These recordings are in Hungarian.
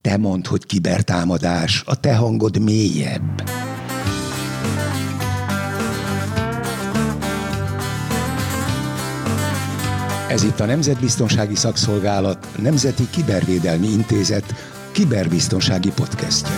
Te mondd, hogy kibertámadás, a te hangod mélyebb. Ez itt a Nemzetbiztonsági Szakszolgálat Nemzeti Kibervédelmi Intézet kiberbiztonsági podcastje.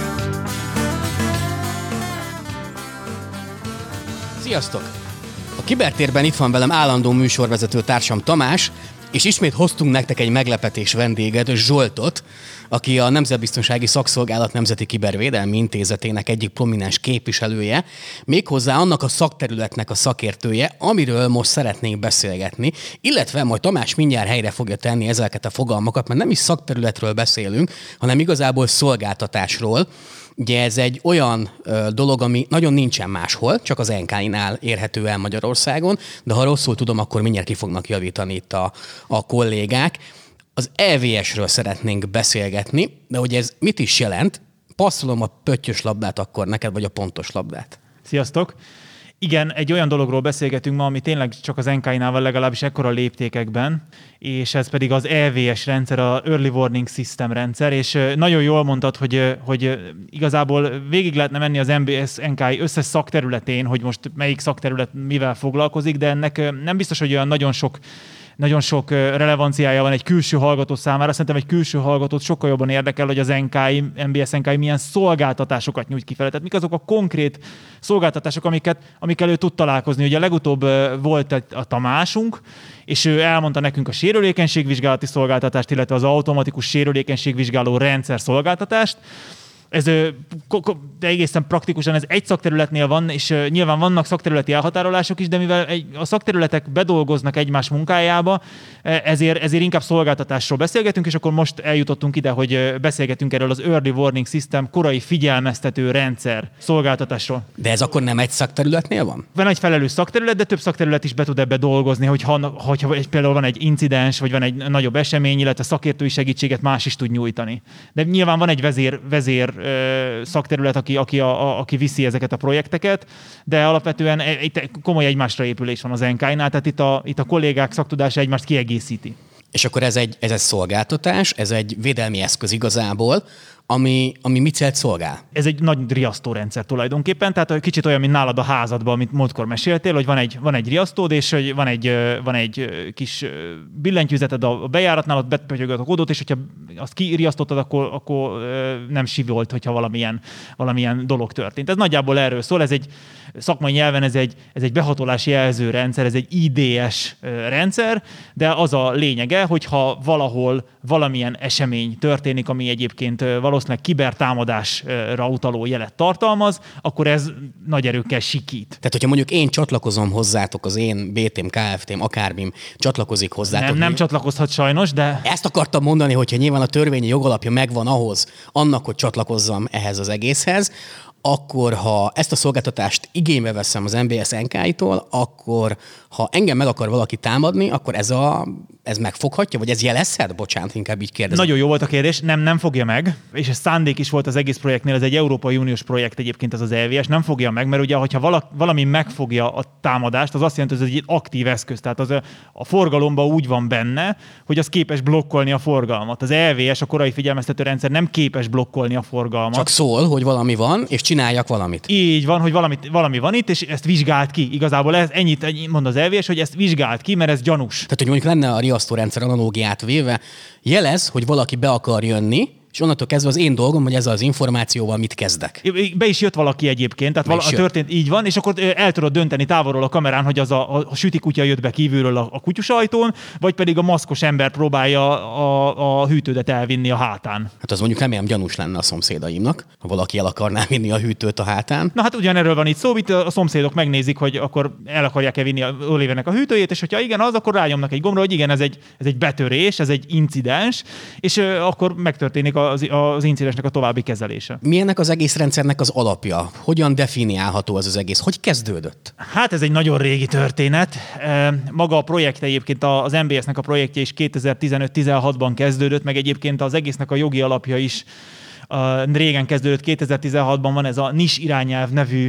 Sziasztok! A kibertérben itt van velem állandó műsorvezető társam Tamás, és ismét hoztunk nektek egy meglepetés vendéget, Zsoltot, aki a Nemzetbiztonsági Szakszolgálat Nemzeti Kibervédelmi Intézetének egyik prominens képviselője, méghozzá annak a szakterületnek a szakértője, amiről most szeretnénk beszélgetni, illetve majd Tamás mindjárt helyre fogja tenni ezeket a fogalmakat, mert nem is szakterületről beszélünk, hanem igazából szolgáltatásról. Ugye ez egy olyan dolog, ami nagyon nincsen máshol, csak az NKI-nál érhető el Magyarországon, de ha rosszul tudom, akkor mindjárt ki fognak javítani itt a kollégák. Az EVS-ről szeretnénk beszélgetni, de hogy ez mit is jelent? Passzolom a pöttyös labdát akkor neked, vagy a pontos labdát. Sziasztok! Igen, egy olyan dologról beszélgetünk ma, ami tényleg csak az NKI-nál van legalábbis ekkora léptékekben, és ez pedig az EVS rendszer, a Early Warning System rendszer, és nagyon jól mondtad, hogy igazából végig lehetne menni az MBS NKI összes szakterületén, hogy most melyik szakterület mivel foglalkozik, de ennek nem biztos, hogy olyan nagyon sok relevanciája van egy külső hallgató számára. Szerintem egy külső hallgatót sokkal jobban érdekel, hogy az NKI, MBS NKI milyen szolgáltatásokat nyújt kifele. Tehát mik azok a konkrét szolgáltatások, amikkel ő tud találkozni. Ugye legutóbb volt a Tamásunk, és ő elmondta nekünk a sérülékenységvizsgálati szolgáltatást, illetve az automatikus sérülékenységvizsgáló rendszer szolgáltatást. De egészen praktikusan ez egy szakterületnél van, és nyilván vannak szakterületi elhatárolások is, de mivel a szakterületek bedolgoznak egymás munkájába, ezért inkább szolgáltatásról beszélgetünk, és akkor most eljutottunk ide, hogy beszélgetünk erről az Early Warning System korai figyelmeztető rendszer szolgáltatásról. De ez akkor nem egy szakterületnél van? Van egy felelős szakterület, de több szakterület is be tud ebbe dolgozni, hogyha például van egy incidens, vagy van egy nagyobb esemény, illetve szakértői segítséget más is tud nyújtani. De nyilván van egy vezér szakterület, aki viszi ezeket a projekteket, de alapvetően itt komoly egymásra épülés van az NKI-nál, tehát itt a kollégák szaktudása egymást kiegészíti. És akkor ez egy szolgáltatás, ez egy védelmi eszköz igazából, ami mit célt szolgál? Ez egy nagy riasztórendszer tulajdonképpen, tehát kicsit olyan, mint nálad a házadban, amit múltkor meséltél, hogy van egy riasztód, és hogy van egy kis billentyűzeted a bejáratnál, ott bepötyögöd a kódot, és hogyha azt kiriasztottad, akkor nem sivolt, hogyha valamilyen dolog történt. Ez nagyjából erről szól, ez egy szakmai nyelven ez egy behatolási jelző rendszer, ez egy IDS rendszer, de az a lényege, hogyha valahol valamilyen esemény történik, ami egyébként valószínűleg kibertámadásra utaló jelet tartalmaz, akkor ez nagy erőkkel sikít. Tehát, hogyha mondjuk én csatlakozom hozzátok, az én BT-m, KFT-m, akármim csatlakozik hozzátok. Nem csatlakozhat sajnos, de... Ezt akartam mondani, hogyha nyilván a törvényi jogalapja megvan ahhoz, annak, hogy csatlakozzam ehhez az egészhez, akkor ha ezt a szolgáltatást igénybe veszem az MBS NKI-tól, akkor ha engem meg akar valaki támadni, akkor ez megfoghatja, vagy ez jelezhet? Bocsánat, inkább így kérdezem. Nagyon jó volt a kérdés, nem fogja meg, és ez szándék is volt az egész projektnél, ez egy Európai Uniós projekt egyébként az EVS, nem fogja meg, mert ugye, hogyha valami megfogja a támadást, az azt jelenti, hogy ez egy aktív eszköz, tehát az a forgalomban úgy van benne, hogy az képes blokkolni a forgalmat. Az EVS, a korai figyelmeztető rendszer nem képes blokkolni a forgalmat. Csak szól, hogy valami van, és csináljak valamit. Így van, hogy valami van itt, és ezt vizsgált ki. Igazából ennyit mond az EVS, hogy ezt vizsgált ki, mert ez gyanús. Tehát, hogy mondjuk lenne a riasztórendszer analógiát véve, jelez, hogy valaki be akar jönni, és onnantól kezdve az én dolgom, hogy ezzel az információval mit kezdek. Be is jött valaki egyébként, tehát történt, így van, és akkor el tudod dönteni távolról a kamerán, hogy az a sütikutya jött be kívülről a kutyusajtón, vagy pedig a maszkos ember próbálja a hűtődet elvinni a hátán. Hát az mondjuk remélem gyanús lenne a szomszédaimnak, ha valaki el akarná vinni a hűtőt a hátán. Na hát ugyanerről van itt szó, itt a szomszédok megnézik, hogy akkor el akarják-e vinni a Olivernek a hűtőjét, és hogyha igen, akkor rányomnak egy gombra, hogy igen, ez egy betörés, ez egy incidens, és akkor megtörténik az incidensnek a további kezelése. Mi ennek az egész rendszernek az alapja? Hogyan definiálható ez az egész? Hogy kezdődött? Hát ez egy nagyon régi történet. Maga a projekt egyébként, az MBS-nek a projektje is 2015-16-ban kezdődött, meg egyébként az egésznek a jogi alapja is régen kezdődött, 2016-ban van ez a NIS irányelv nevű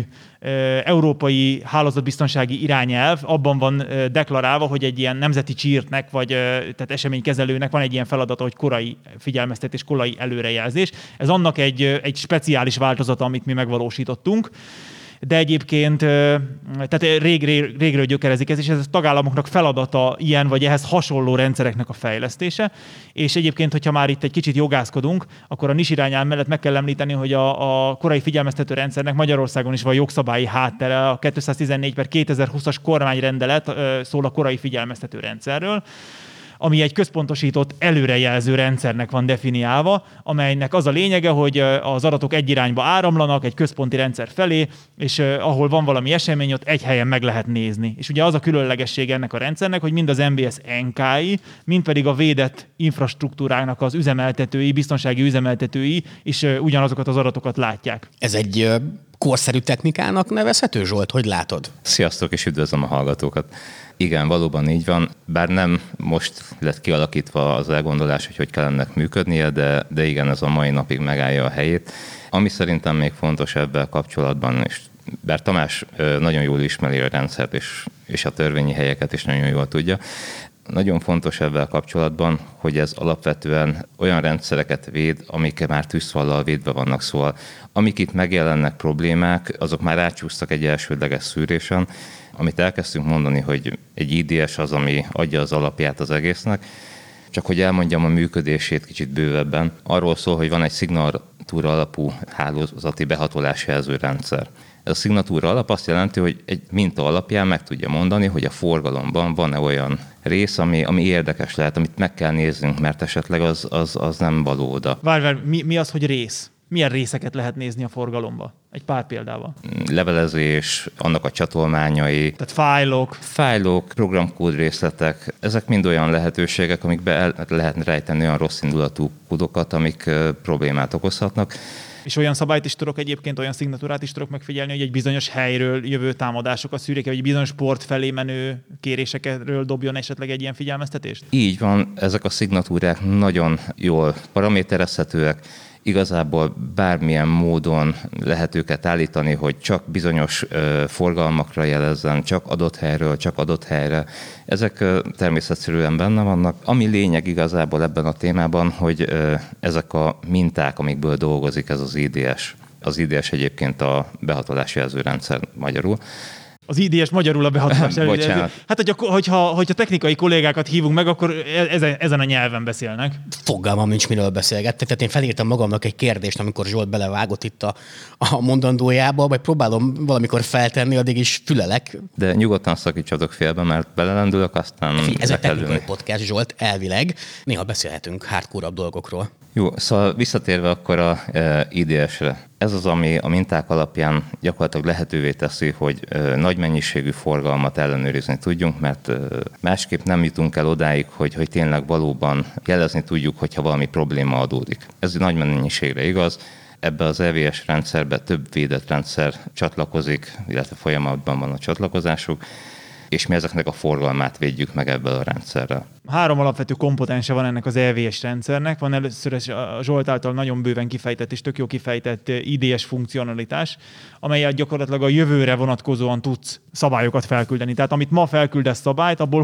európai hálózatbiztonsági irányelv, abban van deklarálva, hogy egy ilyen nemzeti csírtnek, vagy tehát eseménykezelőnek van egy ilyen feladata, hogy korai figyelmeztetés, korai előrejelzés. Ez annak egy speciális változata, amit mi megvalósítottunk. De egyébként tehát régről gyökerezik ez, és ez a tagállamoknak feladata ilyen vagy ehhez hasonló rendszereknek a fejlesztése. És egyébként, hogyha már itt egy kicsit jogászkodunk, akkor a NIS irányelv mellett meg kell említeni, hogy a korai figyelmeztető rendszernek Magyarországon is van jogszabályi háttere, a 214/2020-as kormányrendelet szól a korai figyelmeztető rendszerről, ami egy központosított előrejelző rendszernek van definiálva, amelynek az a lényege, hogy az adatok egy irányba áramlanak egy központi rendszer felé, és ahol van valami esemény, ott egy helyen meg lehet nézni. És ugye az a különlegessége ennek a rendszernek, hogy mind az MBS NK-i, mind pedig a védett infrastruktúráknak az üzemeltetői, biztonsági üzemeltetői is ugyanazokat az adatokat látják. Ez egy korszerű technikának nevezhető, Zsolt? Hogy látod? Sziasztok, és üdvözlöm a hallgatókat. Igen, valóban így van, bár nem most lett kialakítva az elgondolás, hogy kellene működnie, de igen, ez a mai napig megállja a helyét. Ami szerintem még fontos ebben kapcsolatban, és bár Tamás nagyon jól ismeri a rendszert, és a törvényi helyeket is nagyon jól tudja, nagyon fontos ebben kapcsolatban, hogy ez alapvetően olyan rendszereket véd, amik már tűzfallal védve vannak, szóval amik itt megjelennek problémák, azok már átcsúsztak egy elsődleges szűrésen. Amit elkezdtünk mondani, hogy egy IDS az, ami adja az alapját az egésznek, csak hogy elmondjam a működését kicsit bővebben. Arról szól, hogy van egy szignatúra alapú hálózati behatolásjelző rendszer. Ez a szignatúra alap azt jelenti, hogy egy minta alapján meg tudja mondani, hogy a forgalomban van-e olyan rész, ami érdekes lehet, amit meg kell néznünk, mert esetleg az nem való oda. Várj, mi az, hogy rész? Milyen részeket lehet nézni a forgalomba? Egy pár példával. Levelezés, annak a csatolmányai. Tehát fájlok, programkód részletek, ezek mind olyan lehetőségek, amikbe el lehet rejteni olyan rossz indulatú kódokat, amik problémát okozhatnak. És olyan szabályt is tudok egyébként, olyan szignatúrát is tudok megfigyelni, hogy egy bizonyos helyről jövő támadásokat szűrjék, vagy egy bizonyos port felé menő kérésekről dobjon esetleg egy ilyen figyelmeztetést? Így van, ezek a szignatúrák nagyon jól paraméterezhetőek, igazából bármilyen módon lehet őket állítani, hogy csak bizonyos forgalmakra jelezzen, csak adott helyről, csak adott helyre. Ezek természetszerűen benne vannak. Ami lényeg igazából ebben a témában, hogy ezek a minták, amikből dolgozik ez az IDS. Az IDS egyébként a behatolási jelzőrendszer magyarul. Az IDS magyarul a behatolás előre. Hát, hogyha technikai kollégákat hívunk meg, akkor ezen a nyelven beszélnek. Fogalmam nincs, miről beszélgettek. Tehát én felírtam magamnak egy kérdést, amikor Zsolt belevágott itt a mondandójába, vagy próbálom valamikor feltenni, addig is fülelek. De nyugodtan szakítsatok félbe, mert belelendülök, aztán ez egy technikai podcast, Zsolt, elvileg. Néha beszélhetünk hardcore-abb dolgokról. Jó, szóval visszatérve akkor a IDS-re. Ez az, ami a minták alapján gyakorlatilag lehetővé teszi, hogy nagy mennyiségű forgalmat ellenőrizni tudjunk, mert másképp nem jutunk el odáig, hogy tényleg valóban jelezni tudjuk, hogyha valami probléma adódik. Ez nagy mennyiségre igaz. Ebbe az EVS rendszerbe több védett rendszer csatlakozik, illetve folyamatban van a csatlakozásuk, és mi ezeknek a forgalmát védjük meg ebből a rendszerrel. 3 alapvető komponense van ennek az EVS rendszernek. Van először a Zsolt által nagyon bőven kifejtett és tök jó kifejtett IDS funkcionalitás, amelyet gyakorlatilag a jövőre vonatkozóan tudsz szabályokat felküldeni. Tehát amit ma felküldesz szabályt, abból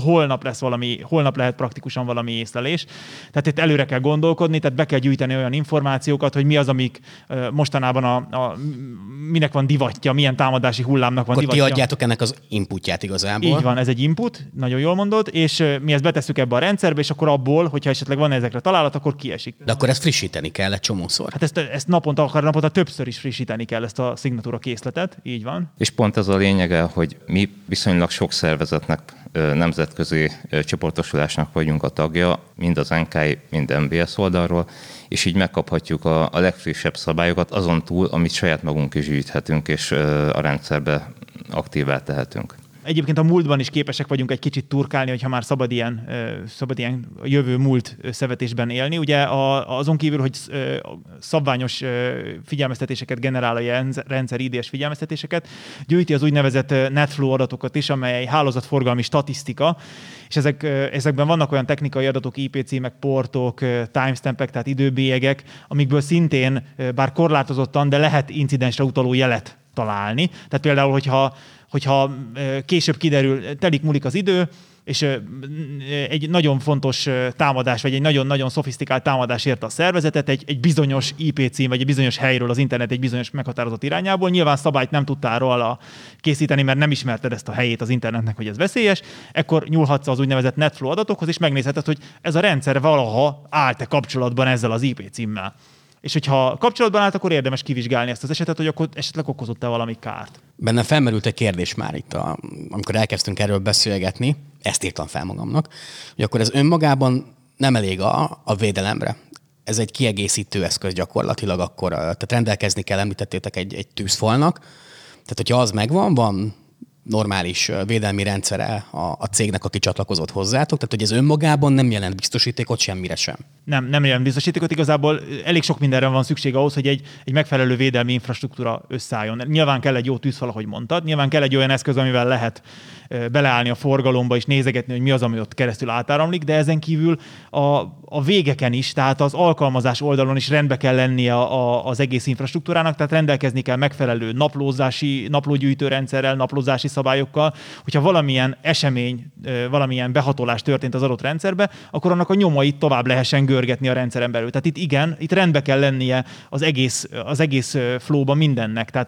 holnap lehet praktikusan valami észlelés. Tehát itt előre kell gondolkodni, tehát be kell gyűjteni olyan információkat, hogy mi az, amik mostanában minek van divatja, milyen támadási hullámnak van divatja. Akkor ti adjátok ennek az inputját igazából. Így van, ez egy input, nagyon jól mondod, és mi ezt betesszük ebbe a rendszerbe, és akkor abból, hogyha esetleg van ezekre találat, akkor kiesik. De akkor ezt frissíteni kell egy csomószor. Hát ezt naponta többször is frissíteni kell, ezt a szignatúra készletet, így van. És pont ez a lényege, hogy mi viszonylag sok szervezetnek, nemzetközi csoportosulásnak vagyunk a tagja, mind az NKI, mind MBS oldalról, és így megkaphatjuk a legfrissebb szabályokat azon túl, amit saját magunk is gyűjthetünk, és a rendszerbe aktívvá tehetünk. Egyébként a múltban is képesek vagyunk egy kicsit turkálni, hogyha már szabad ilyen jövő múlt összevetésben élni. Ugye azon kívül, hogy szabványos figyelmeztetéseket generál a rendszer, IDS figyelmeztetéseket, gyűjti az úgynevezett NetFlow adatokat is, amely hálózatforgalmi statisztika, és ezekben vannak olyan technikai adatok, IP címek, portok, timestampek, tehát időbélyegek, amikből szintén, bár korlátozottan, de lehet incidensre utaló jelet találni. Tehát például, hogyha később kiderül, múlik az idő, és egy nagyon fontos támadás, vagy egy nagyon-nagyon szofisztikált támadás érte a szervezetet egy bizonyos IP cím, vagy egy bizonyos helyről az internet egy bizonyos meghatározott irányából. Nyilván szabályt nem tudtál róla készíteni, mert nem ismerted ezt a helyét az internetnek, hogy ez veszélyes. Ekkor nyúlhatsz az úgynevezett NetFlow adatokhoz, és megnézheted, hogy ez a rendszer valaha állt-e kapcsolatban ezzel az IP címmel. És hogyha kapcsolatban állt, akkor érdemes kivizsgálni ezt az esetet, hogy akkor esetleg okozott-e valami kárt. Bennem felmerült egy kérdés már itt, amikor elkezdtünk erről beszélgetni, ezt írtam fel magamnak, hogy akkor ez önmagában nem elég a védelemre. Ez egy kiegészítő eszköz gyakorlatilag akkor, tehát rendelkezni kell, említettétek egy tűzfalnak. Tehát, hogyha az megvan, van normális védelmi rendszere a cégnek, aki csatlakozott hozzátok, tehát hogy ez önmagában nem jelent biztosítékot semmire sem. Nem jelent biztosítékot, igazából elég sok mindenre van szükség ahhoz, hogy egy megfelelő védelmi infrastruktúra összeálljon. Nyilván kell egy jó tűzfal, ahogy mondtad, nyilván kell egy olyan eszköz, amivel lehet beleállni a forgalomba és nézegetni, hogy mi az, ami ott keresztül átáramlik, de ezen kívül a végeken is, tehát az alkalmazás oldalon is rendbe kell lennie az egész infrastruktúrának, tehát rendelkezni kell megfelelő naplógyűjtő rendszerrel, naplózási szabályokkal, hogyha valamilyen esemény, valamilyen behatolás történt az adott rendszerbe, akkor annak a nyomait tovább lehessen görgetni a rendszeren belül. Tehát itt rendbe kell lennie az egész flowban mindennek, tehát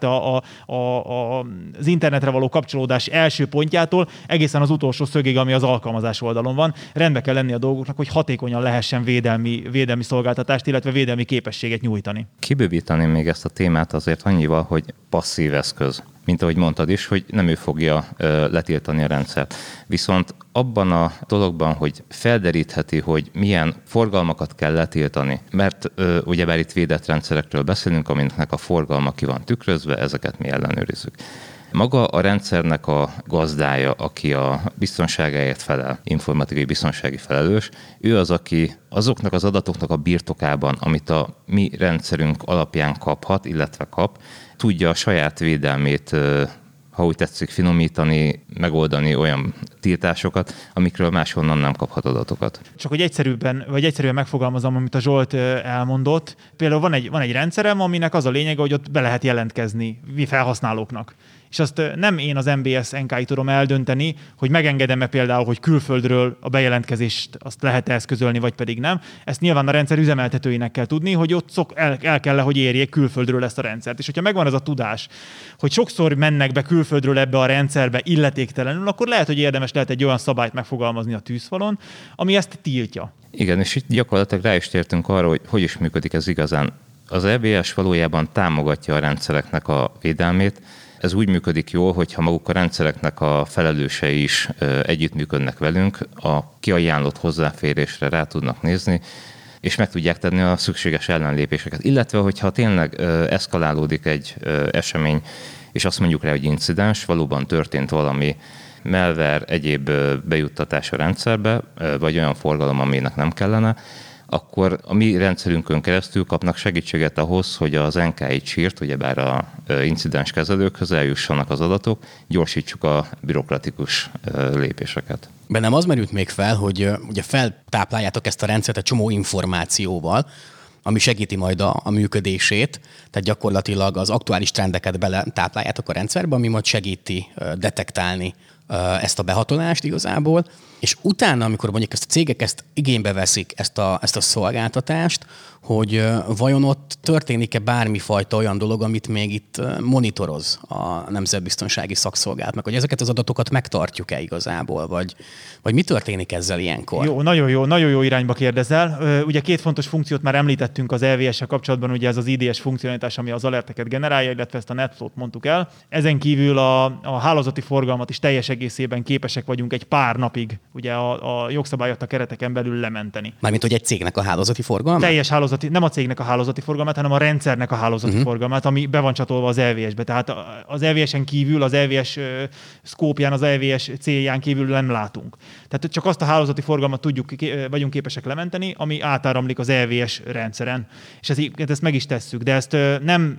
az internetre való kapcsolódás első pontjától egészen az utolsó szögig, ami az alkalmazás oldalon van, rendbe kell lenni a dolgoknak, hogy hatékonyan lehessen védelmi szolgáltatást, illetve védelmi képességet nyújtani. Kibővíteném még ezt a témát azért annyival, hogy passzív eszköz. Mint ahogy mondtad is, hogy nem ő fogja letiltani a rendszert. Viszont abban a dologban, hogy felderítheti, hogy milyen forgalmakat kell letiltani, mert ugyebár itt védett rendszerekről beszélünk, aminek a forgalma ki van tükrözve, ezeket mi ellenőrizzük. Maga a rendszernek a gazdája, aki a biztonságáért felel, informatikai biztonsági felelős, ő az, aki azoknak az adatoknak a birtokában, amit a mi rendszerünk alapján kaphat, illetve kap, tudja a saját védelmét, ha úgy tetszik, finomítani, megoldani olyan tiltásokat, amikről máshonnan nem kaphat adatokat. Csak hogy egyszerűen megfogalmazom, amit a Zsolt elmondott. Például van egy rendszerem, aminek az a lényege, hogy ott be lehet jelentkezni mi felhasználóknak. És azt nem én az MBS NKI tudom eldönteni, hogy megengedem-e például, hogy külföldről a bejelentkezést azt lehet eszközölni, vagy pedig nem. Ezt nyilván a rendszer üzemeltetőinek kell tudni, hogy ott el kell, hogy érjék külföldről ezt a rendszert. És hogyha megvan ez a tudás, hogy sokszor mennek be külföldről ebbe a rendszerbe illetéktelenül, akkor lehet egy olyan szabályt megfogalmazni a tűzfalon, ami ezt tiltja. Igen, és itt gyakorlatilag rá is tértünk arra, hogy is működik ez igazán. Az EBS valójában támogatja a rendszereknek a védelmét. Ez úgy működik jól, hogyha maguk a rendszereknek a felelősei is együttműködnek velünk, a kiajánlott hozzáférésre rá tudnak nézni, és meg tudják tenni a szükséges ellenlépéseket. Illetve, hogyha tényleg eszkalálódik egy esemény, és azt mondjuk rá, hogy incidens, valóban történt valami malware egyéb bejuttatás a rendszerbe, vagy olyan forgalom, aminek nem kellene, akkor a mi rendszerünkön keresztül kapnak segítséget ahhoz, hogy az NKI csírt, ugyebár a incidens kezelőkhöz eljussanak az adatok, gyorsítsuk a bürokratikus lépéseket. Bennem az merült még fel, hogy ugye feltápláljátok ezt a rendszert egy csomó információval, ami segíti majd a működését, tehát gyakorlatilag az aktuális trendeket beletápláljátok a rendszerbe, ami majd segíti detektálni ezt a behatolást igazából, és utána, amikor mondjuk ezt a cégek ezt igénybe veszik, ezt a szolgáltatást, hogy vajon ott történik-e bármifajta olyan dolog, amit még itt monitoroz a Nemzetbiztonsági Szakszolgálat, meg hogy ezeket az adatokat megtartjuk-e igazából, vagy mi történik ezzel ilyenkor? Jó, nagyon jó irányba kérdezel. Ugye két fontos funkciót már említettünk az EVS-sel kapcsolatban, ugye ez az IDS funkcionalitás, ami az alerteket generálja, illetve ezt a NetFlow-t mondtuk el. Ezen kívül a hálózati forgalmat is teljes egészében képesek vagyunk egy pár napig ugye a jogszabály adta kereteken belül lementeni. Mármint, hogy egy cégnek a hálózati forgalma? Teljes hálózati, nem a cégnek a hálózati forgalmát, hanem a rendszernek a hálózati forgalmát, ami be van csatolva az LVS-be. Tehát az LVS-en kívül, az LVS szkópján, az LVS célján kívül nem látunk. Tehát csak azt a hálózati forgalmat vagyunk képesek lementeni, ami átáramlik az LVS rendszeren. És ezt meg is tesszük, de ezt nem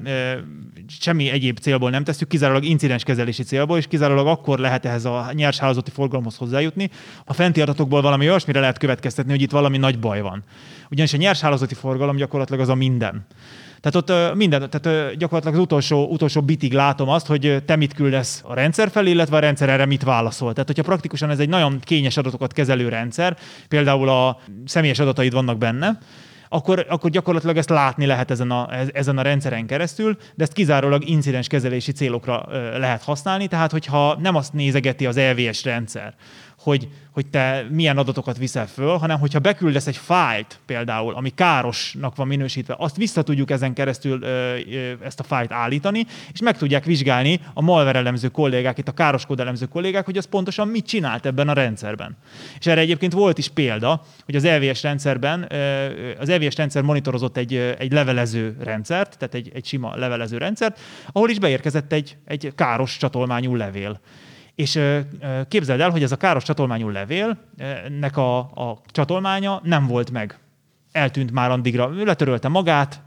semmi egyéb célból nem tesszük, kizárólag incidenskezelési célból, és kizárólag akkor lehet ehhez a nyers hálózati forgalomhoz hozzájutni. A fenti adatokból valami olyasmire lehet következtetni, hogy itt valami nagy baj van. Ugyanis a nyers hálózati forgalom gyakorlatilag az a minden. Tehát ott gyakorlatilag az utolsó bitig látom azt, hogy te mit küldesz a rendszer felé, illetve a rendszer erre mit válaszol. Tehát, hogyha praktikusan ez egy nagyon kényes adatokat kezelő rendszer, például a személyes adataid vannak benne, akkor gyakorlatilag ezt látni lehet ezen a rendszeren keresztül, de ezt kizárólag incidens kezelési célokra lehet használni, tehát hogyha nem azt nézegeti az LVS rendszer, hogy te milyen adatokat viszel föl, hanem hogyha beküldesz egy fájlt például, ami károsnak van minősítve, azt vissza tudjuk ezen keresztül ezt a fájlt állítani, és meg tudják vizsgálni a malware elemző kollégák, itt a károskód elemző kollégák, hogy az pontosan mit csinált ebben a rendszerben. És erre egyébként volt is példa, hogy az LVS rendszerben, az LVS rendszer monitorozott egy levelező rendszert, tehát egy sima levelező rendszert, ahol is beérkezett egy káros csatolmányú levél. És képzeld el, hogy ez a káros csatolmányú levélnek a csatolmánya nem volt meg. Eltűnt már addigra, letörölte magát,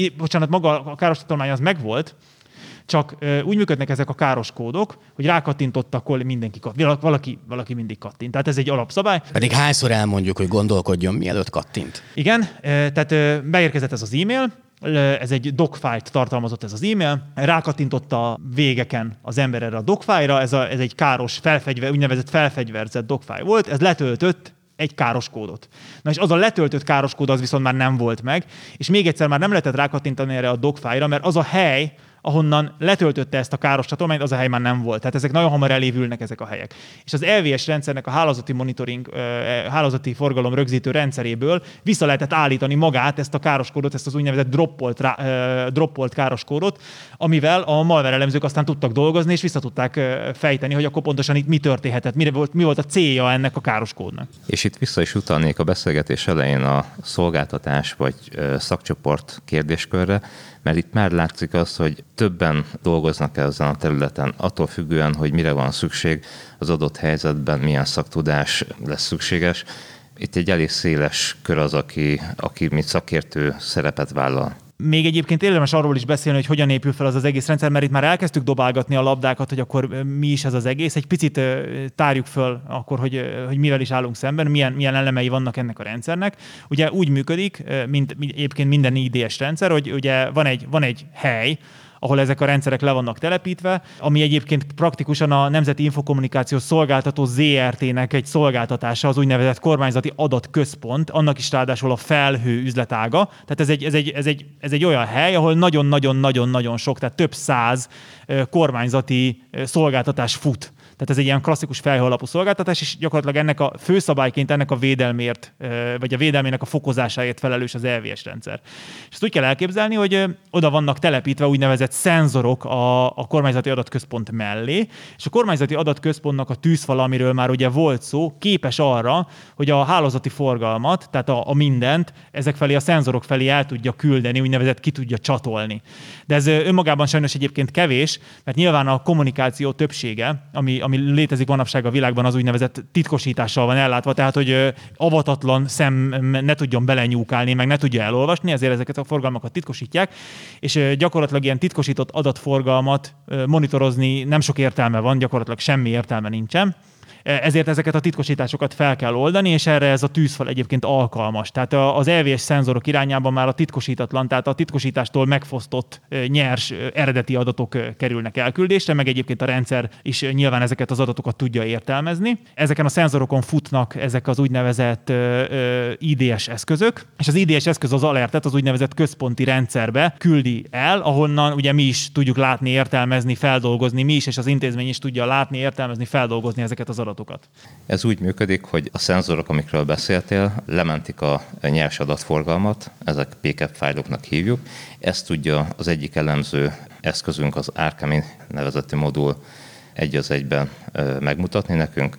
maga a káros csatolmány az megvolt, csak úgy működnek ezek a káros kódok, hogy rákattintottak, akkor mindenki valaki mindig kattint. Tehát ez egy alapszabály. Pedig hányszor elmondjuk, hogy gondolkodjon, mielőtt kattint. Igen, tehát beérkezett ez az e-mail, ez egy docfile-t tartalmazott ez az e-mail, rákattintott a végeken az ember erre a docfile-ra, ez egy káros úgynevezett felfegyverzett docfile volt, ez letöltött egy káros kódot. Na és az a letöltött káros kód az viszont már nem volt meg, és még egyszer már nem lehetett rákattintani erre a docfile-ra, mert az a hely, ahonnan letöltötte ezt a káros csatolmányt, az a hely már nem volt. Tehát ezek nagyon hamar elévülnek ezek a helyek. És az LVS rendszernek a hálózati monitoring, hálózati forgalom rögzítő rendszeréből vissza lehetett állítani magát ezt a károskódot, ezt az úgynevezett droppolt károskódot, amivel a malware elemzők aztán tudtak dolgozni, és vissza tudták fejteni, hogy akkor pontosan itt mi történhetett, mi volt a célja ennek a károskódnak. És itt vissza is utalnék a beszélgetés elején a szolgáltatás vagy szakcsoport kérdéskörre, mert itt már látszik az, hogy többen dolgoznak ezen a területen, attól függően, hogy mire van szükség, az adott helyzetben milyen szaktudás lesz szükséges. Itt egy elég széles kör az, aki mint szakértő szerepet vállal. Még egyébként érdemes arról is beszélni, hogy hogyan épül fel az egész rendszer, mert itt már elkezdtük dobálgatni a labdákat, hogy akkor mi is ez az egész. Egy picit tárjuk föl akkor, hogy mivel is állunk szemben, milyen elemei vannak ennek a rendszernek. Ugye úgy működik, mint egyébként minden IDS rendszer, hogy ugye van egy hely, ahol ezek a rendszerek le vannak telepítve, ami egyébként praktikusan a Nemzeti Infokommunikációs Szolgáltató ZRT-nek egy szolgáltatása, az úgynevezett kormányzati adatközpont, annak is ráadásul a felhő üzletága. Tehát ez egy olyan hely, ahol nagyon-nagyon-nagyon-nagyon sok, tehát több száz kormányzati szolgáltatás fut. Tehát ez egy ilyen klasszikus felhő alapú szolgáltatás, és gyakorlatilag ennek a főszabályként ennek a védelmért, vagy a védelmének a fokozásáért felelős az LVS rendszer. És ezt úgy kell elképzelni, hogy oda vannak telepítve úgynevezett szenzorok a kormányzati adatközpont mellé, és a kormányzati adatközpontnak a tűzfala, amiről már ugye volt szó, képes arra, hogy a hálózati forgalmat, tehát a mindent ezek felé, a szenzorok felé el tudja küldeni, úgynevezett ki tudja csatolni. De ez önmagában sajnos egyébként kevés, mert nyilván a kommunikáció többsége, ami létezik manapság a világban, az úgynevezett titkosítással van ellátva, tehát hogy avatatlan szem ne tudjon belenyúkálni, meg ne tudja elolvasni, ezért ezeket a forgalmakat titkosítják, és gyakorlatilag ilyen titkosított adatforgalmat monitorozni nem sok értelme van, gyakorlatilag semmi értelme nincsen. Ezért ezeket a titkosításokat fel kell oldani, és erre ez a tűzfal egyébként alkalmas. Tehát az LVS szenzorok irányában már a titkosítatlan, tehát a titkosítástól megfosztott nyers eredeti adatok kerülnek elküldésre, meg egyébként a rendszer is nyilván ezeket az adatokat tudja értelmezni. Ezeken a szenzorokon futnak ezek az úgynevezett IDS eszközök, és az IDS eszköz az alertet az úgynevezett központi rendszerbe küldi el, ahonnan ugye mi is tudjuk látni, értelmezni, feldolgozni, mi is, és az intézmény is tudja látni, értelmezni, feldolgozni ezeket az adatokat. Ez úgy működik, hogy a szenzorok, amikről beszéltél, lementik a nyers adatforgalmat, ezek PCAP fájloknak hívjuk. Ezt tudja az egyik elemző eszközünk, az Archemy nevezetű modul egy az egyben megmutatni nekünk.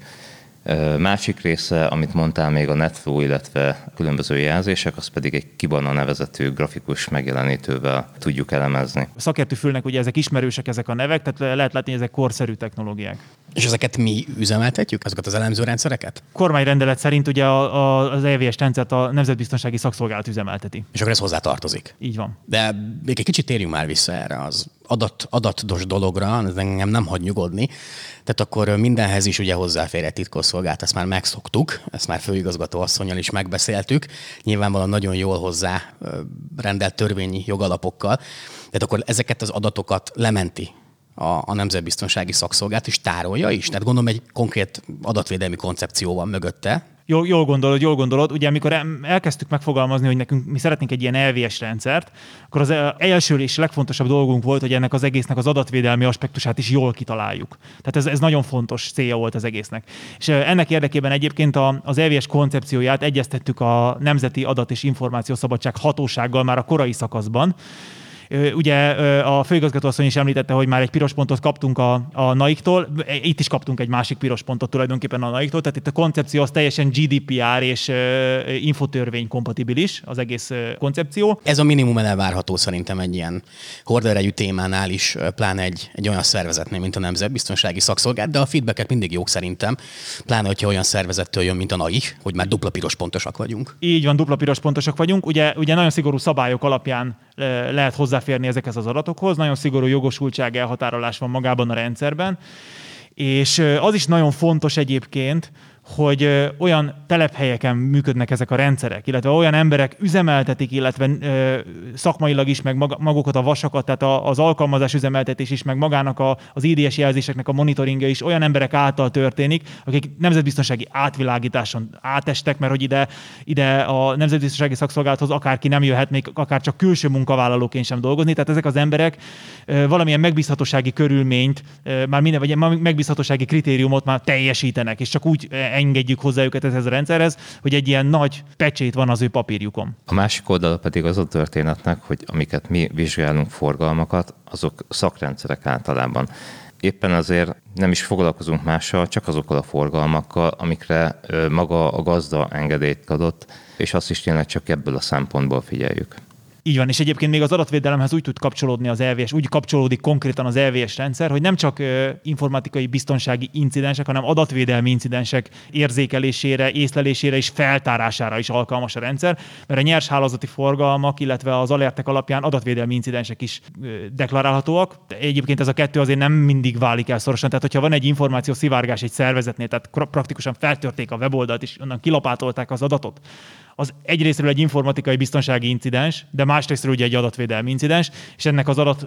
Másik része, amit mondtál még a NetFlow, illetve különböző jelzések, az pedig egy Kibana nevezetű grafikus megjelenítővel tudjuk elemezni. A szakértőfülnek ugye ezek ismerősek, ezek a nevek, tehát lehet látni, hogy ezek korszerű technológiák. És ezeket mi üzemeltetjük, azokat az elemzőrendszereket? Kormányrendelet szerint ugye az EVS rendszert a Nemzetbiztonsági Szakszolgálat üzemelteti. És akkor ez hozzá tartozik. Így van. De még egy kicsit térjünk már vissza erre az adatos dologra, ez engem nem hagy nyugodni. Tehát akkor mindenhez is ugye hozzáfér egy titkosszolgálat, ezt már megszoktuk, ezt már főigazgató asszonnyal is megbeszéltük, nyilvánvalóan nagyon jól hozzá rendelt törvényi jogalapokkal. Tehát akkor ezeket az adatokat lementi a Nemzetbiztonsági Szakszolgálat, és tárolja is? Tehát gondolom egy konkrét adatvédelmi koncepció van mögötte. Jól gondolod. Ugye amikor elkezdtük megfogalmazni, hogy mi szeretnénk egy ilyen EVS rendszert, akkor az első és legfontosabb dolgunk volt, hogy ennek az egésznek az adatvédelmi aspektusát is jól kitaláljuk. Tehát ez nagyon fontos célja volt az egésznek. És ennek érdekében egyébként az EVS koncepcióját egyeztettük a Nemzeti Adat- és Információszabadság Hatósággal már a korai szakaszban. Ugye a főigazgató asszony is említette, hogy már egy piros pontot kaptunk a NAIC-tól, itt is kaptunk egy másik piros pontot tulajdonképpen a NAIC-tól, tehát itt a koncepció az teljesen GDPR és infotörvény kompatibilis, az egész koncepció. Ez a minimum elvárható szerintem egy ilyen horderejű témánál is, pláne egy olyan szervezetnél, mint a Nemzetbiztonsági Szakszolgálat, de a feedbackek mindig jók szerintem, pláne, hogyha olyan szervezettől jön, mint a NAIC, hogy már dupla piros pontosak vagyunk. Így van, dupla piros pontosak vagyunk. Ugye nagyon szigorú szabályok alapján lehet hozzáférni ezekhez az adatokhoz, nagyon szigorú jogosultság elhatárolás van magában a rendszerben, és az is nagyon fontos egyébként, hogy olyan telephelyeken működnek ezek a rendszerek, illetve olyan emberek üzemeltetik, illetve szakmailag is, meg magukat a vasakat, tehát az alkalmazás üzemeltetés is, meg magának az IDS jelzéseknek a monitoringja is olyan emberek által történik, akik nemzetbiztonsági átvilágításon átestek, mert hogy ide a Nemzetbiztonsági Szakszolgálathoz akárki nem jöhet, még akár csak külső munkavállalóként sem dolgozni, tehát ezek az emberek valamilyen megbízhatósági körülményt, vagy megbízhatósági kritériumot már teljesítenek, és csak úgy engedjük hozzá őket ehhez a rendszerhez, hogy egy ilyen nagy pecsét van az ő papírjukon. A másik oldala pedig az a történetnek, hogy amiket mi vizsgálunk forgalmakat, azok szakrendszerek általában. Éppen azért nem is foglalkozunk mással, csak azokkal a forgalmakkal, amikre maga a gazda engedélyt adott, és azt is tényleg csak ebből a szempontból figyeljük. Így van, és egyébként még az adatvédelemhez úgy tud kapcsolódni az EVS, úgy kapcsolódik konkrétan az EVS rendszer, hogy nem csak informatikai biztonsági incidensek, hanem adatvédelmi incidensek érzékelésére, észlelésére és feltárására is alkalmas a rendszer, mert a nyers hálózati forgalmak, illetve az alertek alapján adatvédelmi incidensek is deklarálhatóak. Egyébként ez a kettő azért nem mindig válik el szorosan, tehát hogyha van egy információ szivárgás egy szervezetnél, tehát praktikusan feltörték a weboldalt és onnan kilapátolták az adatot, az egyrészről egy informatikai biztonsági incidens, de másrészről ugye egy adatvédelmi incidens, és ennek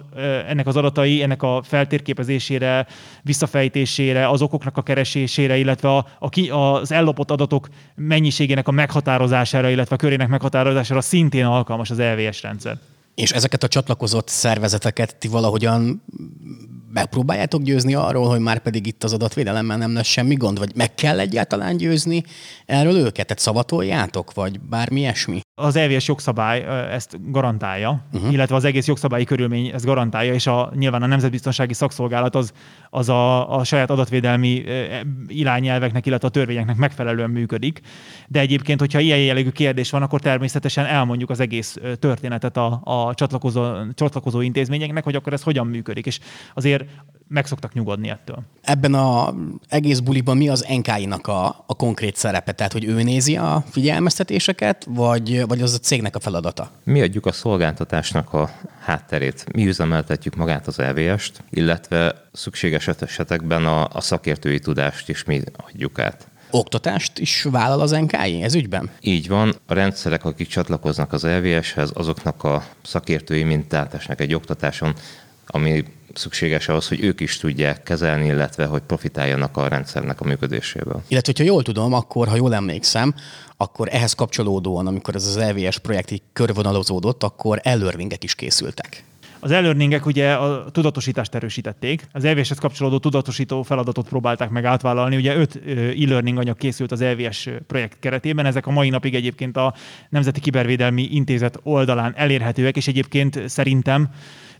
az adatai, ennek a feltérképezésére, visszafejtésére, az okoknak a keresésére, illetve az ellopott adatok mennyiségének a meghatározására, illetve a körének meghatározására szintén alkalmas az EVS rendszer. És ezeket a csatlakozott szervezeteket ti valahogyan megpróbáljátok győzni arról, hogy már pedig itt az adatvédelemmel nem lesz semmi gond, vagy meg kell egyáltalán győzni erről őket? Tehát szavatoljátok, vagy bármi ilyesmi? Az EVS jogszabály ezt garantálja, illetve az egész jogszabályi körülmény ezt garantálja, és nyilván a Nemzetbiztonsági Szakszolgálat az a saját adatvédelmi irányelveknek, illetve a törvényeknek megfelelően működik. De egyébként, hogyha ilyen jellegű kérdés van, akkor természetesen elmondjuk az egész történetet a csatlakozó intézményeknek, hogy akkor ez hogyan működik. És azért meg szoktak nyugodni ettől. Ebben az egész buliban mi az NKI-nak a konkrét szerepe? Tehát, hogy ő nézi a figyelmeztetéseket, vagy az a cégnek a feladata? Mi adjuk a szolgáltatásnak a hátterét. Mi üzemeltetjük magát az EVS-t, illetve szükséges esetekben a szakértői tudást is mi adjuk át. Oktatást is vállal az NKI ez ügyben? Így van. A rendszerek, akik csatlakoznak az EVS-hez, azoknak a szakértői mintátásnak egy oktatáson, ami szükséges ahhoz, hogy ők is tudják kezelni, illetve hogy profitáljanak a rendszernek a működéséből. Illetve, hogyha jól tudom, akkor, ha jól emlékszem, akkor ehhez kapcsolódóan, amikor ez az EVS projekt így körvonalazódott, akkor e-learningek is készültek. Az e-learningek ugye a tudatosítást erősítették. Az EVS-hez kapcsolódó tudatosító feladatot próbálták meg átvállalni. Ugye 5 e-learning anyag készült az EVS projekt keretében. Ezek a mai napig egyébként a Nemzeti Kibervédelmi Intézet oldalán elérhetőek, és egyébként szerintem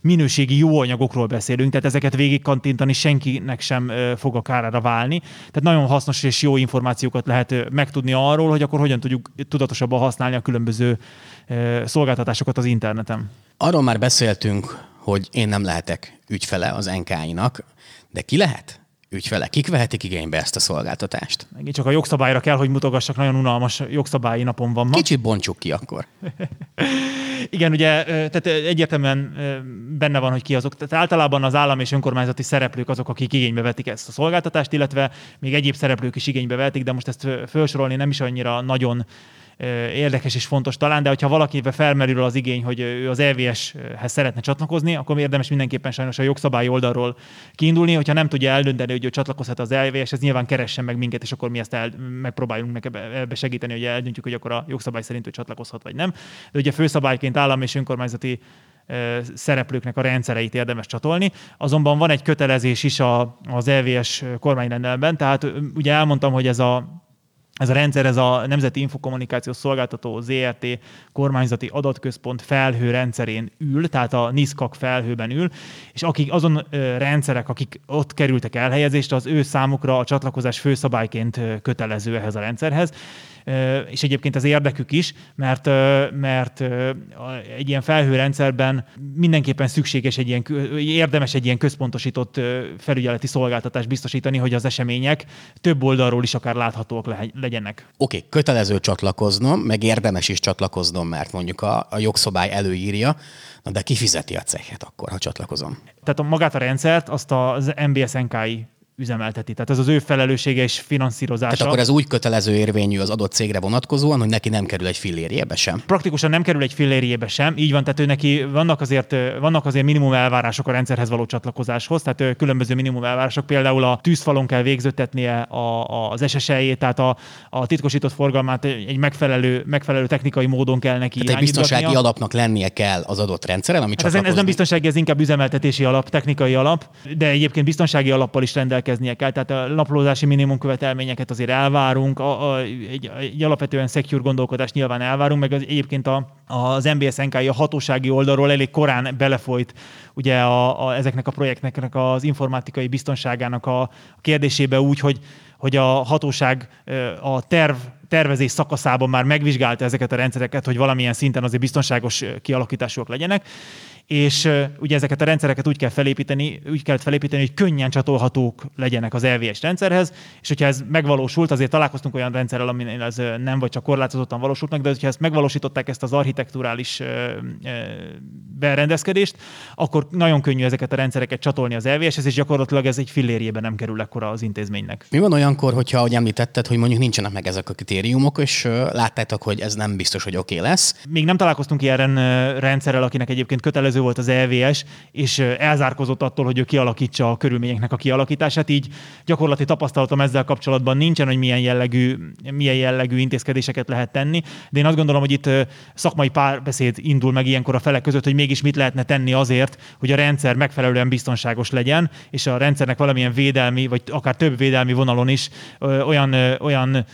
minőségi jó anyagokról beszélünk, tehát ezeket végigkattintani senkinek sem fog a kárára válni. Tehát nagyon hasznos és jó információkat lehet megtudni arról, hogy akkor hogyan tudjuk tudatosabban használni a különböző szolgáltatásokat az interneten. Arról már beszéltünk, hogy én nem lehetek ügyfele az NKI-nak, de ki lehet ügyfele? Kik vehetik igénybe ezt a szolgáltatást? Megint csak a jogszabályra kell, hogy mutogassak, nagyon unalmas jogszabályi napon van ma. Kicsit bontsuk ki akkor. Igen, ugye, tehát egyértelműen benne van, hogy ki azok. Tehát általában az állam és önkormányzati szereplők azok, akik igénybe vetik ezt a szolgáltatást, illetve még egyéb szereplők is igénybe vetik, de most ezt felsorolni nem is annyira nagyon érdekes és fontos talán, de hogyha valakivel felmerül az igény, hogy ő az EVS-hez szeretne csatlakozni, akkor érdemes mindenképpen sajnos a jogszabályi oldalról kiindulni, hogyha nem tudja eldönteni, hogy ő csatlakozhat az EVS-hez, nyilván keressen meg minket, és akkor mi ezt megpróbálunk ebbe segíteni, hogy eldöntjük, hogy akkor a jogszabály szerint ő csatlakozhat, vagy nem. De ugye főszabályként állam és önkormányzati szereplőknek a rendszereit érdemes csatolni. Azonban van egy kötelezés is az EVS kormányrendeletben, tehát ugye elmondtam, hogy ez a rendszer, ez a Nemzeti Infokommunikációs Szolgáltató ZRT kormányzati adatközpont felhő rendszerén ül, tehát a NISZKAK felhőben ül, és azon rendszerek, akik ott kerültek elhelyezésre, az ő számukra a csatlakozás főszabályként kötelező ehhez a rendszerhez. És egyébként ez érdekük is, mert egy ilyen felhőrendszerben mindenképpen szükséges érdemes egy ilyen központosított felügyeleti szolgáltatást biztosítani, hogy az események több oldalról is akár láthatóak legyenek. Oké, kötelező csatlakoznom, meg érdemes is csatlakoznom, mert mondjuk a jogszabály előírja, de ki fizeti a cechet akkor, ha csatlakozom? Tehát magát a rendszert azt az MBS NKI üzemelteti. Tehát ez az ő felelőssége és finanszírozása. Tehát akkor ez úgy kötelező érvényű az adott cégre vonatkozóan, hogy neki nem kerül egy fillérjébe sem? Praktikusan nem kerül egy fillérjébe sem. Így van, tehát ő neki vannak azért minimum elvárások a rendszerhez való csatlakozáshoz, tehát különböző minimum elvárások, például a tűzfalon kell végződtetnie az SSL-jét, tehát a titkosított forgalmát egy megfelelő technikai módon kell neki tehát egy biztonsági alapnak lennie kell az adott rendszeren, ami csatlakozni. Ez nem biztonsági, ez inkább üzemeltetési alap, technikai alap, de egyébként biztonsági alappal is rendelkeznie kell, tehát a naplózási minimum követelményeket azért elvárunk, egy alapvetően secure gondolkodást nyilván elvárunk, meg egyébként az MBS NKI a hatósági oldalról elég korán belefolyt ugye ezeknek a projektnek az informatikai biztonságának a kérdésébe úgy, hogy a hatóság a tervezés szakaszában már megvizsgálta ezeket a rendszereket, hogy valamilyen szinten azért biztonságos kialakításúak legyenek, és ugye ezeket a rendszereket úgy kellett felépíteni, hogy könnyen csatolhatók legyenek az EVS rendszerhez, és hogyha ez megvalósult, azért találkoztunk olyan rendszerrel, aminél ez nem vagy csak korlátozottan valósult meg, de hogyha ezt megvalósították, ezt az architekturális berendezkedést, akkor nagyon könnyű ezeket a rendszereket csatolni az EVS-hez, és gyakorlatilag ez egy fillérjébe nem kerül ekkora az intézménynek. Mi van olyankor, hogyha, ahogy említetted, hogy mondjuk nincsenek meg ezek a kritériumok, és láttátok, hogy ez nem biztos, hogy oké lesz? Még nem találkoztunk ilyen rendszerrel, akinek egyébként kötelező volt az EVS, és elzárkozott attól, hogy ő kialakítsa a körülményeknek a kialakítását, így gyakorlati tapasztalatom ezzel kapcsolatban nincsen, hogy milyen jellegű intézkedéseket lehet tenni, de én azt gondolom, hogy itt szakmai párbeszéd indul meg ilyenkor a felek között, hogy mégis mit lehetne tenni azért, hogy a rendszer megfelelően biztonságos legyen, és a rendszernek valamilyen védelmi, vagy akár több védelmi vonalon is olyan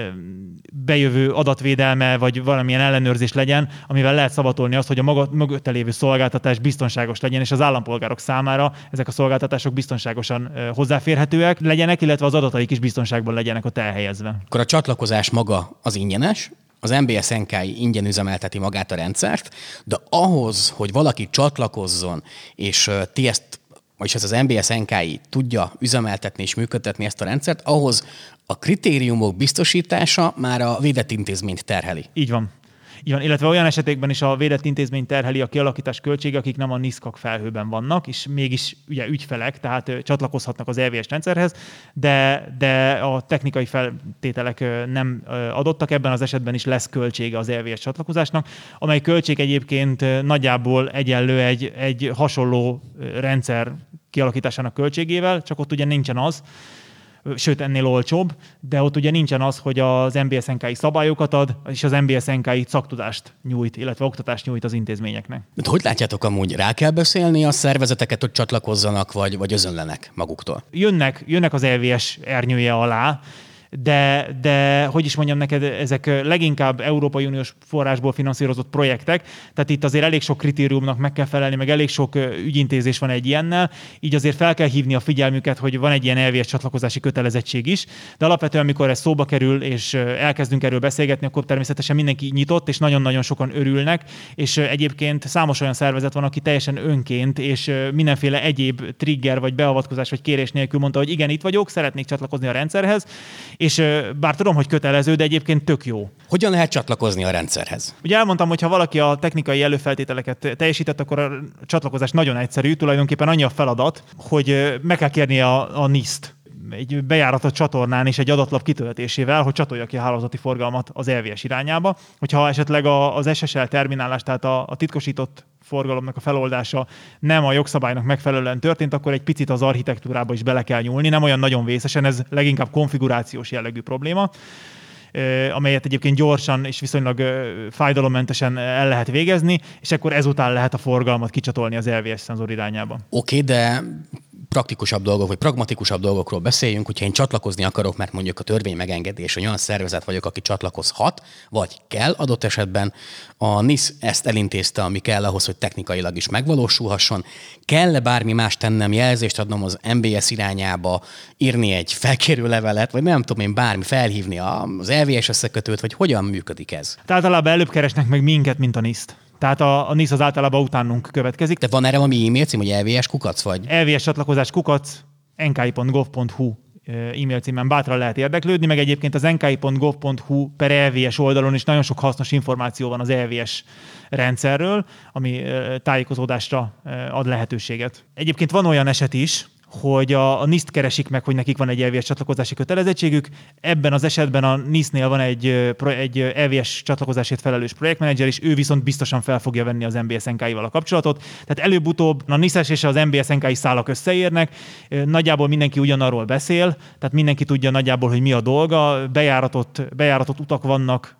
bejövő adatvédelme, vagy valamilyen ellenőrzés legyen, amivel lehet szavatolni azt, hogy a mögötte lévő szolgáltatás biztonságos legyen, és az állampolgárok számára ezek a szolgáltatások biztonságosan hozzáférhetőek legyenek, illetve az adataik is biztonságban legyenek ott elhelyezve. Akkor a csatlakozás maga az ingyenes, az MBS NKI ingyen üzemelteti magát a rendszert, de ahhoz, hogy valaki csatlakozzon, és ti ezt, vagyis ez az MBS NKI tudja üzemeltetni és működtetni ezt a rendszert, ahhoz a kritériumok biztosítása már a védett intézményt terheli. Így van. Illetve olyan esetekben is a védett intézmény terheli a kialakítás költsége, akik nem a NISZKAK felhőben vannak, és mégis ugye ügyfelek, tehát csatlakozhatnak az EVS rendszerhez, de a technikai feltételek nem adottak, ebben az esetben is lesz költsége az EVS csatlakozásnak, amely költség egyébként nagyjából egyenlő egy hasonló rendszer kialakításának költségével, csak ott ugye nincsen az, sőt ennél olcsóbb, de ott ugye nincsen az, hogy az MBS NKI szabályokat ad, és az MBS NKI szaktudást nyújt, illetve oktatást nyújt az intézményeknek. De hogy látjátok amúgy, rá kell beszélni a szervezeteket, hogy csatlakozzanak, vagy özönlenek maguktól? Jönnek az EVS ernyője alá, de hogy is mondjam neked, ezek leginkább Európai Uniós forrásból finanszírozott projektek, tehát itt azért elég sok kritériumnak meg kell felelni, meg elég sok ügyintézés van egy ilyennel, így azért fel kell hívni a figyelmüket, hogy van egy ilyen elvies csatlakozási kötelezettség is, de alapvetően, amikor ez szóba kerül, és elkezdünk erről beszélgetni, akkor természetesen mindenki nyitott, és nagyon-nagyon sokan örülnek, és egyébként számos olyan szervezet van, aki teljesen önként, és mindenféle egyéb trigger, vagy beavatkozás, vagy kérés nélkül mondta, hogy igen, itt vagyok, szeretnék csatlakozni a rendszerhez, és bár tudom, hogy kötelező, de egyébként tök jó. Hogyan lehet csatlakozni a rendszerhez? Ugye elmondtam, hogy ha valaki a technikai előfeltételeket teljesített, akkor a csatlakozás nagyon egyszerű, tulajdonképpen annyi a feladat, hogy meg kell kérni a NIST egy bejáratott csatornán és egy adatlap kitöltésével, hogy csatolja ki a hálózati forgalmat az EVS irányába. Hogyha esetleg az SSL terminálás, tehát a titkosított forgalomnak a feloldása nem a jogszabálynak megfelelően történt, akkor egy picit az architektúrába is bele kell nyúlni, nem olyan nagyon vészesen, ez leginkább konfigurációs jellegű probléma, amelyet egyébként gyorsan és viszonylag fájdalommentesen el lehet végezni, és akkor ezután lehet a forgalmat kicsatolni az LVS szenzor irányába. Oké, de praktikusabb dolgok, vagy pragmatikusabb dolgokról beszéljünk, hogyha én csatlakozni akarok, mert mondjuk a törvény megengedés, hogy olyan szervezet vagyok, aki csatlakozhat, vagy kell adott esetben. A NIS ezt elintézte, ami kell ahhoz, hogy technikailag is megvalósulhasson. Kell-e bármi más tennem, jelzést adnom az MBS irányába, írni egy felkérő levelet, vagy nem tudom én bármi, felhívni az LVS összekötőt, vagy hogyan működik ez? Általában előbb keresnek meg minket, mint a NIST. Tehát a NISZ az általában utánunk következik. De van erre valami e-mail cím, hogy LVS kukac vagy? LVS csatlakozás kukac nki.gov.hu e-mail címen bátran lehet érdeklődni, meg egyébként az nki.gov.hu/LVS oldalon is nagyon sok hasznos információ van az LVS rendszerről, ami tájékozódásra ad lehetőséget. Egyébként van olyan eset is, hogy a NIST keresik meg, hogy nekik van egy LVS csatlakozási kötelezettségük. Ebben az esetben a NIST-nél van egy LVS csatlakozásért felelős projektmenedzser, és ő viszont biztosan fel fogja venni az MBS NKI-val a kapcsolatot. Tehát előbb-utóbb a NIST és az MBS NKI szálak összeérnek, nagyjából mindenki ugyanarról beszél, tehát mindenki tudja nagyjából, hogy mi a dolga, bejáratott utak vannak,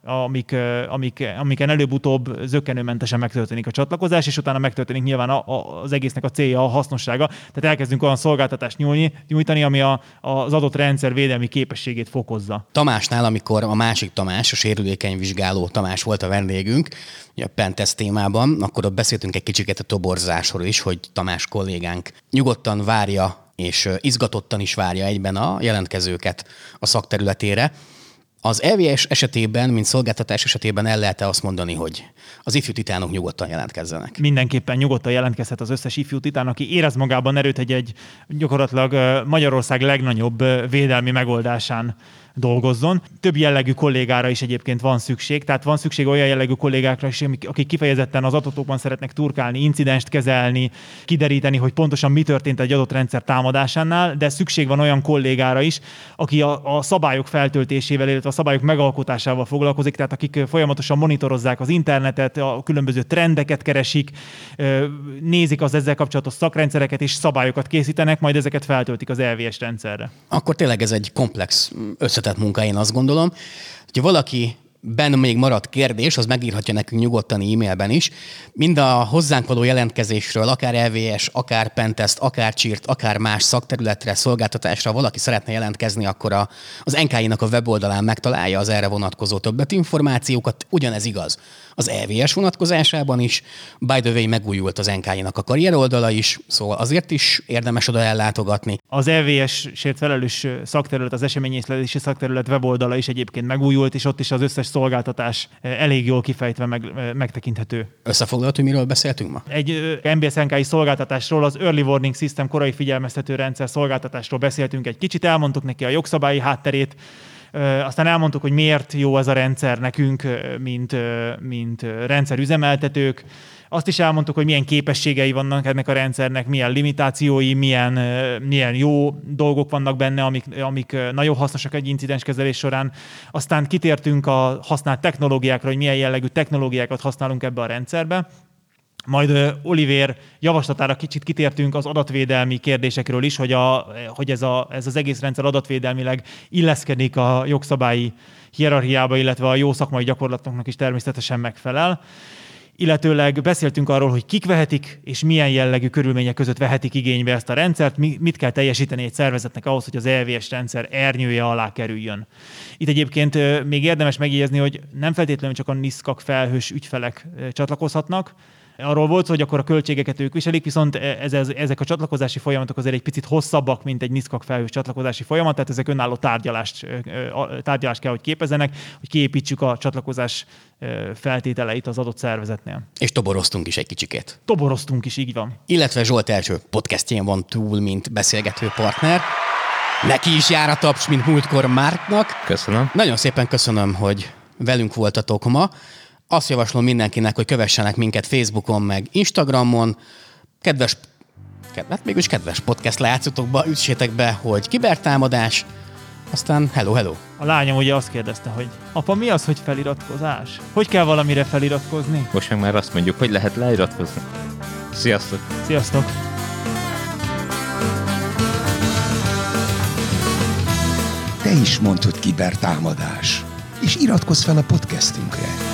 amiken előbb-utóbb zökkenőmentesen megtörténik a csatlakozás, és utána megtörténik nyilván az egésznek a célja, a hasznossága. Tehát elkezdünk olyan szolgáltatást nyújtani, ami az adott rendszer védelmi képességét fokozza. Tamásnál, amikor a másik Tamás, a sérülékeny vizsgáló Tamás volt a vendégünk, a pentest témában, akkor ott beszéltünk egy kicsit a toborzásról is, hogy Tamás kollégánk nyugodtan várja, és izgatottan is várja egyben a jelentkezőket a szakterületére. Az EVS esetében, mint szolgáltatás esetében el lehet-e azt mondani, hogy az ifjú titánok nyugodtan jelentkezzenek? Mindenképpen nyugodtan jelentkezhet az összes ifjú titán, aki érez magában erőt, hogy egy gyakorlatilag Magyarország legnagyobb védelmi megoldásán dolgozzon. Több jellegű kollégára is egyébként van szükség, tehát van szükség olyan jellegű kollégákra is, akik kifejezetten az adatokban szeretnek turkálni, incidenst kezelni, kideríteni, hogy pontosan mi történt egy adott rendszer támadásánál, de szükség van olyan kollégára is, aki a szabályok feltöltésével, illetve a szabályok megalkotásával foglalkozik, tehát akik folyamatosan monitorozzák az internetet, a különböző trendeket keresik, nézik az ezzel kapcsolatos szakrendszereket és szabályokat készítenek, majd ezeket feltöltik az LVS rendszerre. Akkor tényleg ez egy komplex összetett munka, én azt gondolom. Ha valaki benne még maradt kérdés, az megírhatja nekünk nyugodtan e-mailben is. Mind a hozzánk való jelentkezésről, akár LVS, akár Pentest, akár CSIRT, akár más szakterületre, szolgáltatásra valaki szeretne jelentkezni, akkor az NKI-nak a weboldalán megtalálja az erre vonatkozó többletinformációkat. Ugyanez igaz az LVS vonatkozásában is. By the way, megújult az NKI-nak a karrier oldala is, szóval azért is érdemes oda ellátogatni. Az LVS-ért felelős szakterület, az eseményészlelési szakterület weboldala is egyébként megújult, és ott is az összes szolgáltatás elég jól kifejtve megtekinthető. Összefoglalod, hogy miről beszéltünk ma? Egy MBS NKI szolgáltatásról, az Early Warning System korai figyelmeztető rendszer szolgáltatásról beszéltünk egy kicsit, elmondtuk neki a jogszabályi hátterét, aztán elmondtuk, hogy miért jó ez a rendszer nekünk, mint rendszerüzemeltetők. Azt is elmondtuk, hogy milyen képességei vannak ennek a rendszernek, milyen limitációi, milyen jó dolgok vannak benne, amik nagyon hasznosak egy incidenskezelés során. Aztán kitértünk a használt technológiákra, hogy milyen jellegű technológiákat használunk ebbe a rendszerbe. Majd Olivér javaslatára kicsit kitértünk az adatvédelmi kérdésekről is, hogy ez az egész rendszer adatvédelmileg illeszkedik a jogszabályi hierarchiába, illetve a jó szakmai gyakorlatoknak is természetesen megfelel. illetőleg beszéltünk arról, hogy kik vehetik, és milyen jellegű körülmények között vehetik igénybe ezt a rendszert, mit kell teljesíteni egy szervezetnek ahhoz, hogy az EVS rendszer ernyője alá kerüljön. Itt egyébként még érdemes megjegyezni, hogy nem feltétlenül csak a NISCAC felhős ügyfelek csatlakozhatnak. Arról volt szó, hogy akkor a költségeket ők viselik, viszont ezek a csatlakozási folyamatok azért egy picit hosszabbak, mint egy NISCAC felhős csatlakozási folyamat, tehát ezek önálló tárgyalást kell, hogy képezzenek, hogy kiépítsük a csatlakozás feltételeit az adott szervezetnél. És toboroztunk is egy kicsikét. Toboroztunk is, így van. Illetve Zsolt első podcastjén van túl, mint beszélgető partner. Neki is jár a taps, mint múltkor Márknak. Köszönöm. Nagyon szépen köszönöm, hogy velünk voltatok ma. Azt javaslom mindenkinek, hogy kövessenek minket Facebookon, meg Instagramon. Kedves podcast lejátszatokba üssétek be, hogy kibertámadás, aztán hello. A lányom ugye azt kérdezte, hogy apa, mi az, hogy feliratkozás? Hogy kell valamire feliratkozni? Most meg már azt mondjuk, hogy lehet leiratkozni. Sziasztok! Sziasztok! Te is mondd, hogy kibertámadás. És iratkozz fel a podcastünkre.